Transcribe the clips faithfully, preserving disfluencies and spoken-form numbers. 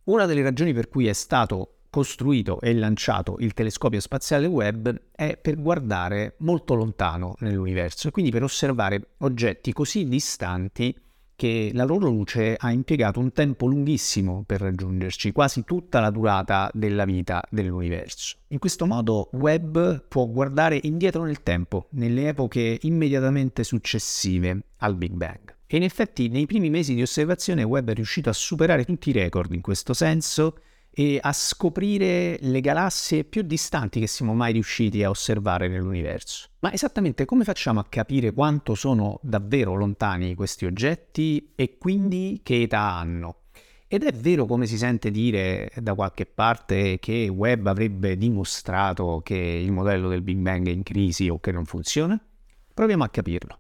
Una delle ragioni per cui è stato costruito e lanciato il telescopio spaziale Webb è per guardare molto lontano nell'universo e quindi per osservare oggetti così distanti che la loro luce ha impiegato un tempo lunghissimo per raggiungerci, quasi tutta la durata della vita dell'universo. In questo modo Webb può guardare indietro nel tempo, nelle epoche immediatamente successive al Big Bang. E in effetti nei primi mesi di osservazione Webb è riuscito a superare tutti i record in questo senso e a scoprire le galassie più distanti che siamo mai riusciti a osservare nell'universo. Ma esattamente come facciamo a capire quanto sono davvero lontani questi oggetti e quindi che età hanno? Ed è vero, come si sente dire da qualche parte, che Webb avrebbe dimostrato che il modello del Big Bang è in crisi o che non funziona? Proviamo a capirlo.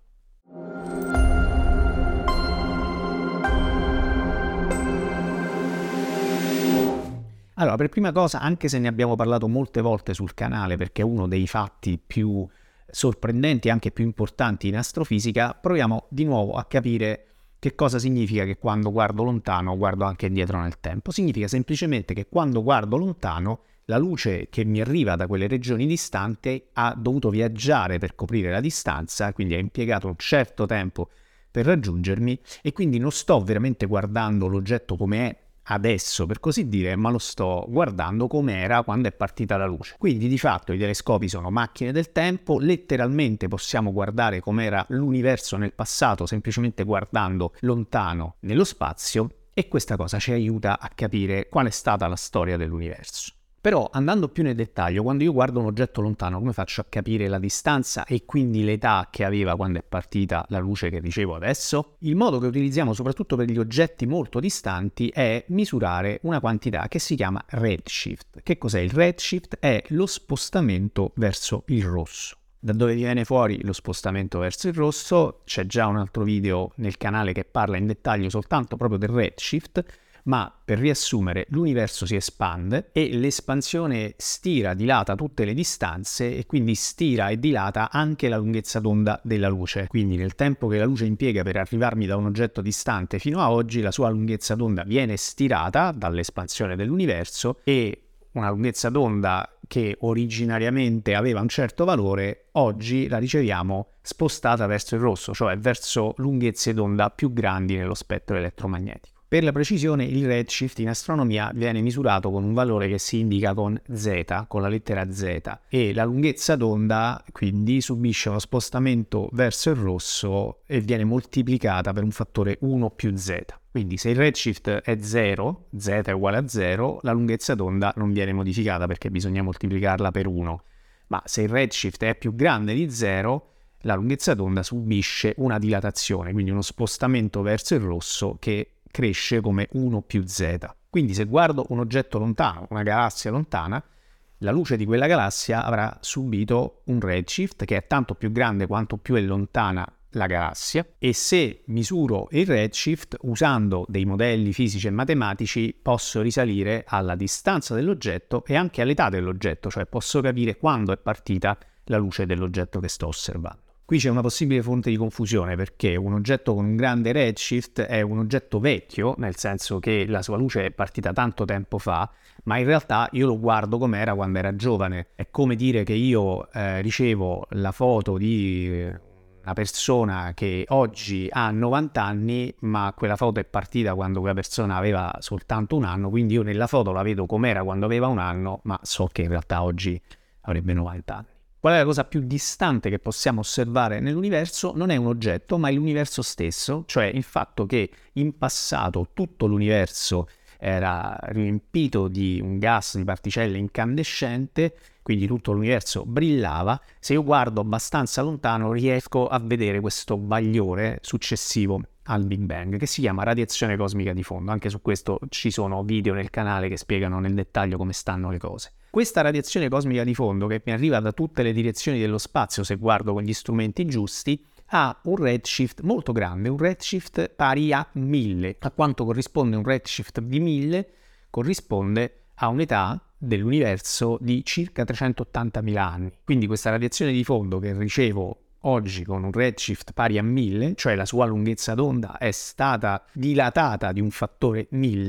Allora, per prima cosa, anche se ne abbiamo parlato molte volte sul canale perché è uno dei fatti più sorprendenti e anche più importanti in astrofisica, proviamo di nuovo a capire che cosa significa che quando guardo lontano guardo anche indietro nel tempo. Significa semplicemente che quando guardo lontano la luce che mi arriva da quelle regioni distanti ha dovuto viaggiare per coprire la distanza, quindi ha impiegato un certo tempo per raggiungermi e quindi non sto veramente guardando l'oggetto come è adesso, per così dire, ma lo sto guardando come era quando è partita la luce. Quindi di fatto i telescopi sono macchine del tempo, letteralmente possiamo guardare com'era l'universo nel passato semplicemente guardando lontano nello spazio e questa cosa ci aiuta a capire qual è stata la storia dell'universo. Però andando più nel dettaglio, quando io guardo un oggetto lontano, come faccio a capire la distanza e quindi l'età che aveva quando è partita la luce che ricevo adesso? Il modo che utilizziamo soprattutto per gli oggetti molto distanti è misurare una quantità che si chiama redshift. Che cos'è il redshift? È lo spostamento verso il rosso. Da dove viene fuori lo spostamento verso il rosso? C'è già un altro video nel canale che parla in dettaglio soltanto proprio del redshift. Ma per riassumere, l'universo si espande e l'espansione stira, dilata tutte le distanze e quindi stira e dilata anche la lunghezza d'onda della luce. Quindi nel tempo che la luce impiega per arrivarmi da un oggetto distante fino a oggi, la sua lunghezza d'onda viene stirata dall'espansione dell'universo e una lunghezza d'onda che originariamente aveva un certo valore, oggi la riceviamo spostata verso il rosso, cioè verso lunghezze d'onda più grandi nello spettro elettromagnetico. Per la precisione, il redshift in astronomia viene misurato con un valore che si indica con Z, con la lettera Z, e la lunghezza d'onda quindi subisce uno spostamento verso il rosso e viene moltiplicata per un fattore uno più Z. Quindi se il redshift è zero, Z è uguale a zero, la lunghezza d'onda non viene modificata perché bisogna moltiplicarla per uno. Ma se il redshift è più grande di zero, la lunghezza d'onda subisce una dilatazione, quindi uno spostamento verso il rosso che cresce come uno più Z. Quindi se guardo un oggetto lontano, una galassia lontana, la luce di quella galassia avrà subito un redshift che è tanto più grande quanto più è lontana la galassia, e se misuro il redshift usando dei modelli fisici e matematici posso risalire alla distanza dell'oggetto e anche all'età dell'oggetto, cioè posso capire quando è partita la luce dell'oggetto che sto osservando. Qui c'è una possibile fonte di confusione perché un oggetto con un grande redshift è un oggetto vecchio, nel senso che la sua luce è partita tanto tempo fa, ma in realtà io lo guardo come era quando era giovane. È come dire che io eh, ricevo la foto di una persona che oggi ha novanta anni, ma quella foto è partita quando quella persona aveva soltanto un anno, quindi io nella foto la vedo come era quando aveva un anno, ma so che in realtà oggi avrebbe novanta anni. Qual è la cosa più distante che possiamo osservare nell'universo? Non è un oggetto, ma è l'universo stesso, cioè il fatto che in passato tutto l'universo era riempito di un gas di particelle incandescente, quindi tutto l'universo brillava. Se io guardo abbastanza lontano riesco a vedere questo bagliore successivo al Big Bang, che si chiama radiazione cosmica di fondo. Anche su questo ci sono video nel canale che spiegano nel dettaglio come stanno le cose. Questa radiazione cosmica di fondo, che mi arriva da tutte le direzioni dello spazio se guardo con gli strumenti giusti, ha un redshift molto grande, un redshift pari a mille. A quanto corrisponde un redshift di mille? Corrisponde a un'età dell'universo di circa trecentottantamila anni. Quindi questa radiazione di fondo che ricevo oggi con un redshift pari a mille, cioè la sua lunghezza d'onda è stata dilatata di un fattore mille,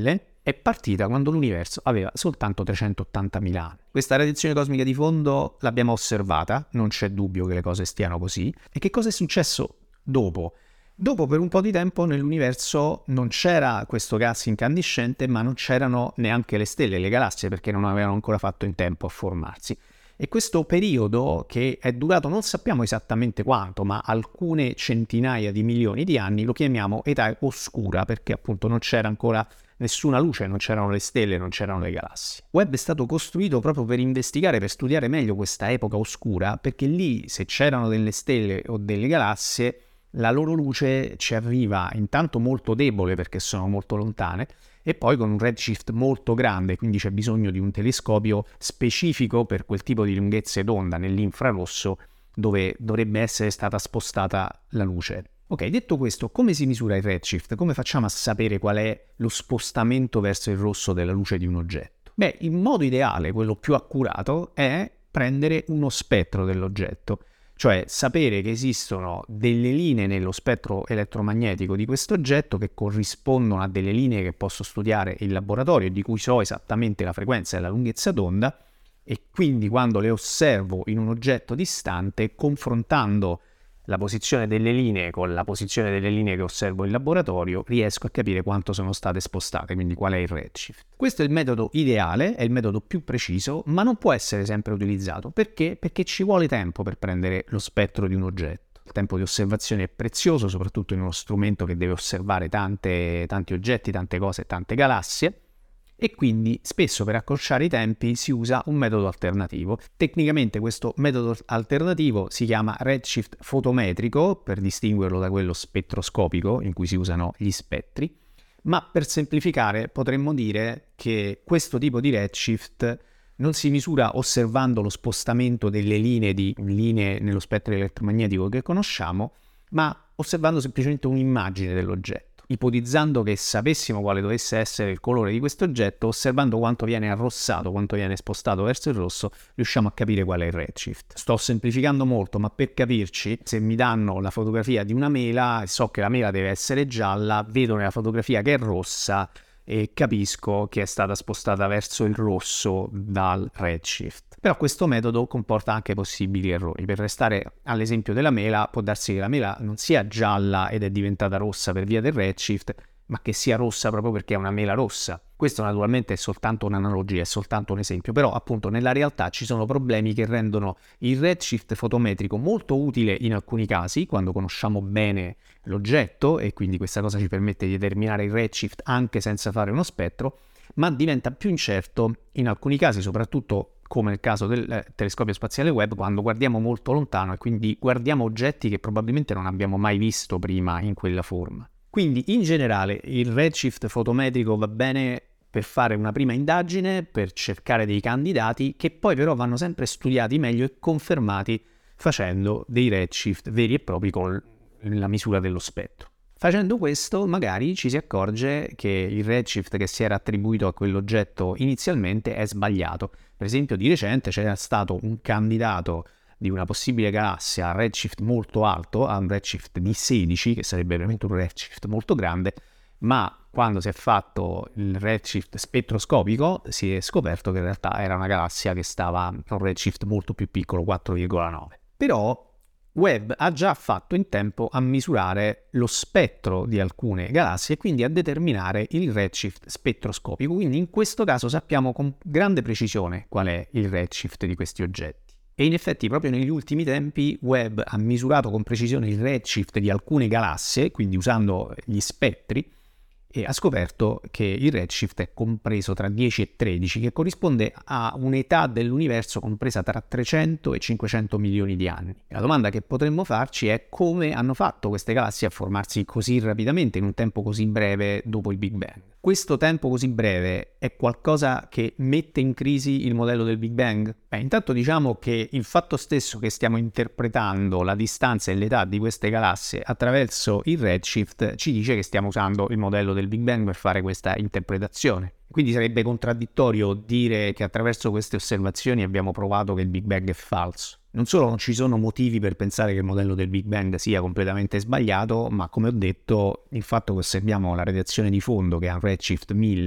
è partita quando l'universo aveva soltanto trecentottantamila anni. Questa radiazione cosmica di fondo l'abbiamo osservata, non c'è dubbio che le cose stiano così. E che cosa è successo dopo? Dopo, per un po' di tempo nell'universo non c'era questo gas incandescente, ma non c'erano neanche le stelle, le galassie, perché non avevano ancora fatto in tempo a formarsi. E questo periodo, che è durato non sappiamo esattamente quanto, ma alcune centinaia di milioni di anni, lo chiamiamo età oscura, perché appunto non c'era ancora nessuna luce, non c'erano le stelle, non c'erano le galassie. Webb è stato costruito proprio per investigare, per studiare meglio questa epoca oscura, perché lì, se c'erano delle stelle o delle galassie, la loro luce ci arriva intanto molto debole perché sono molto lontane, e poi con un redshift molto grande, quindi c'è bisogno di un telescopio specifico per quel tipo di lunghezze d'onda nell'infrarosso, dove dovrebbe essere stata spostata la luce. Ok, detto questo, come si misura il redshift? Come facciamo a sapere qual è lo spostamento verso il rosso della luce di un oggetto? Beh, il modo ideale, quello più accurato, è prendere uno spettro dell'oggetto. Cioè sapere che esistono delle linee nello spettro elettromagnetico di questo oggetto che corrispondono a delle linee che posso studiare in laboratorio, di cui so esattamente la frequenza e la lunghezza d'onda, e quindi quando le osservo in un oggetto distante, confrontando la posizione delle linee con la posizione delle linee che osservo in laboratorio, riesco a capire quanto sono state spostate, quindi qual è il redshift. Questo è il metodo ideale, è il metodo più preciso, ma non può essere sempre utilizzato. Perché? Perché ci vuole tempo per prendere lo spettro di un oggetto. Il tempo di osservazione è prezioso, soprattutto in uno strumento che deve osservare tante, tanti oggetti, tante cose, tante galassie. E quindi spesso per accorciare i tempi si usa un metodo alternativo. Tecnicamente questo metodo alternativo si chiama redshift fotometrico, per distinguerlo da quello spettroscopico in cui si usano gli spettri, ma per semplificare potremmo dire che questo tipo di redshift non si misura osservando lo spostamento delle linee di linee nello spettro elettromagnetico che conosciamo, ma osservando semplicemente un'immagine dell'oggetto. Ipotizzando che sapessimo quale dovesse essere il colore di questo oggetto, osservando quanto viene arrossato, quanto viene spostato verso il rosso, riusciamo a capire qual è il redshift. Sto semplificando molto, ma per capirci, se mi danno la fotografia di una mela e so che la mela deve essere gialla, vedo nella fotografia che è rossa e capisco che è stata spostata verso il rosso dal redshift. Però questo metodo comporta anche possibili errori. Per restare all'esempio della mela, può darsi che la mela non sia gialla ed è diventata rossa per via del redshift, ma che sia rossa proprio perché è una mela rossa. Questo naturalmente è soltanto un'analogia, è soltanto un esempio, però appunto nella realtà ci sono problemi che rendono il redshift fotometrico molto utile in alcuni casi, quando conosciamo bene l'oggetto, e quindi questa cosa ci permette di determinare il redshift anche senza fare uno spettro, ma diventa più incerto in alcuni casi, soprattutto come nel caso del telescopio spaziale Webb, quando guardiamo molto lontano e quindi guardiamo oggetti che probabilmente non abbiamo mai visto prima in quella forma. Quindi in generale il redshift fotometrico va bene per fare una prima indagine, per cercare dei candidati che poi però vanno sempre studiati meglio e confermati facendo dei redshift veri e propri con la misura dello spettro. Facendo questo magari ci si accorge che il redshift che si era attribuito a quell'oggetto inizialmente è sbagliato. Per esempio di recente c'era stato un candidato di una possibile galassia a redshift molto alto, a un redshift di sedici, che sarebbe veramente un redshift molto grande, ma quando si è fatto il redshift spettroscopico si è scoperto che in realtà era una galassia che stava a un redshift molto più piccolo, quattro virgola nove. Però Webb ha già fatto in tempo a misurare lo spettro di alcune galassie e quindi a determinare il redshift spettroscopico. Quindi in questo caso sappiamo con grande precisione qual è il redshift di questi oggetti. E in effetti proprio negli ultimi tempi Webb ha misurato con precisione il redshift di alcune galassie, quindi usando gli spettri, e ha scoperto che il redshift è compreso tra dieci e tredici, che corrisponde a un'età dell'universo compresa tra trecento e cinquecento milioni di anni. La domanda che potremmo farci è come hanno fatto queste galassie a formarsi così rapidamente in un tempo così breve dopo il Big Bang. Questo tempo così breve è qualcosa che mette in crisi il modello del Big Bang? Beh, intanto diciamo che il fatto stesso che stiamo interpretando la distanza e l'età di queste galassie attraverso il redshift ci dice che stiamo usando il modello del Big Bang per fare questa interpretazione. Quindi sarebbe contraddittorio dire che attraverso queste osservazioni abbiamo provato che il Big Bang è falso. Non solo non ci sono motivi per pensare che il modello del Big Bang sia completamente sbagliato, ma come ho detto, il fatto che osserviamo la radiazione di fondo che ha un redshift mille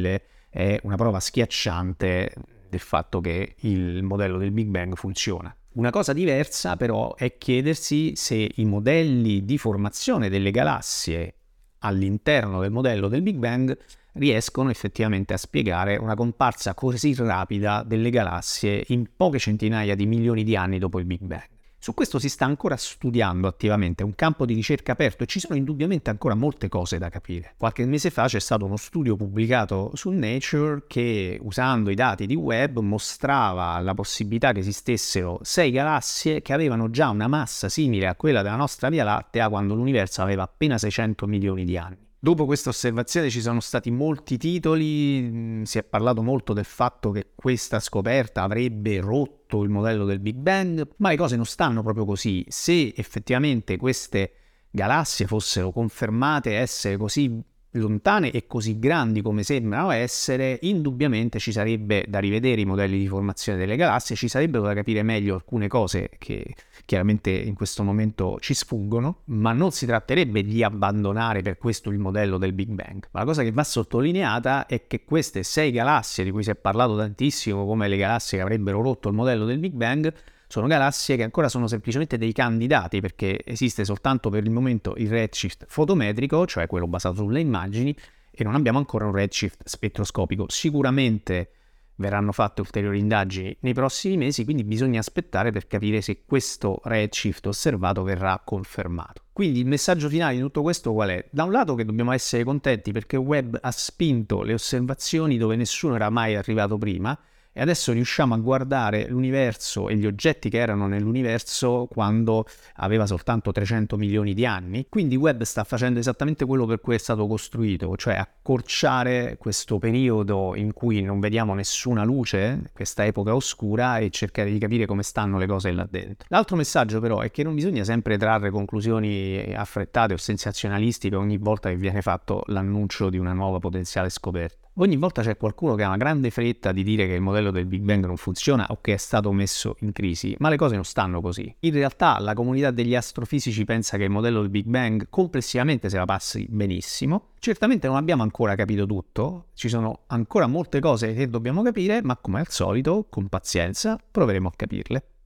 è una prova schiacciante del fatto che il modello del Big Bang funziona. Una cosa diversa però è chiedersi se i modelli di formazione delle galassie all'interno del modello del Big Bang riescono effettivamente a spiegare una comparsa così rapida delle galassie in poche centinaia di milioni di anni dopo il Big Bang. Su questo si sta ancora studiando attivamente, è un campo di ricerca aperto e ci sono indubbiamente ancora molte cose da capire. Qualche mese fa c'è stato uno studio pubblicato su Nature che, usando i dati di Webb, mostrava la possibilità che esistessero sei galassie che avevano già una massa simile a quella della nostra Via Lattea quando l'universo aveva appena seicento milioni di anni. Dopo questa osservazione ci sono stati molti titoli, si è parlato molto del fatto che questa scoperta avrebbe rotto il modello del Big Bang, ma le cose non stanno proprio così. Se effettivamente queste galassie fossero confermate essere così lontane e così grandi come sembrano essere, indubbiamente ci sarebbe da rivedere i modelli di formazione delle galassie, ci sarebbero da capire meglio alcune cose che chiaramente in questo momento ci sfuggono, ma non si tratterebbe di abbandonare per questo il modello del Big Bang. Ma la cosa che va sottolineata è che queste sei galassie di cui si è parlato tantissimo come le galassie che avrebbero rotto il modello del Big Bang sono galassie che ancora sono semplicemente dei candidati, perché esiste soltanto per il momento il redshift fotometrico, cioè quello basato sulle immagini, e non abbiamo ancora un redshift spettroscopico. Sicuramente verranno fatte ulteriori indagini nei prossimi mesi, quindi bisogna aspettare per capire se questo redshift osservato verrà confermato. Quindi il messaggio finale di tutto questo qual è? Da un lato che dobbiamo essere contenti perché Webb ha spinto le osservazioni dove nessuno era mai arrivato prima, e adesso riusciamo a guardare l'universo e gli oggetti che erano nell'universo quando aveva soltanto trecento milioni di anni. Quindi Webb sta facendo esattamente quello per cui è stato costruito, cioè accorciare questo periodo in cui non vediamo nessuna luce, questa epoca oscura, e cercare di capire come stanno le cose là dentro. L'altro messaggio però è che non bisogna sempre trarre conclusioni affrettate o sensazionalistiche ogni volta che viene fatto l'annuncio di una nuova potenziale scoperta. Ogni volta c'è qualcuno che ha una grande fretta di dire che il modello del Big Bang non funziona o che è stato messo in crisi, ma le cose non stanno così. In realtà la comunità degli astrofisici pensa che il modello del Big Bang complessivamente se la passi benissimo. Certamente non abbiamo ancora capito tutto, ci sono ancora molte cose che dobbiamo capire, ma come al solito, con pazienza, proveremo a capirle.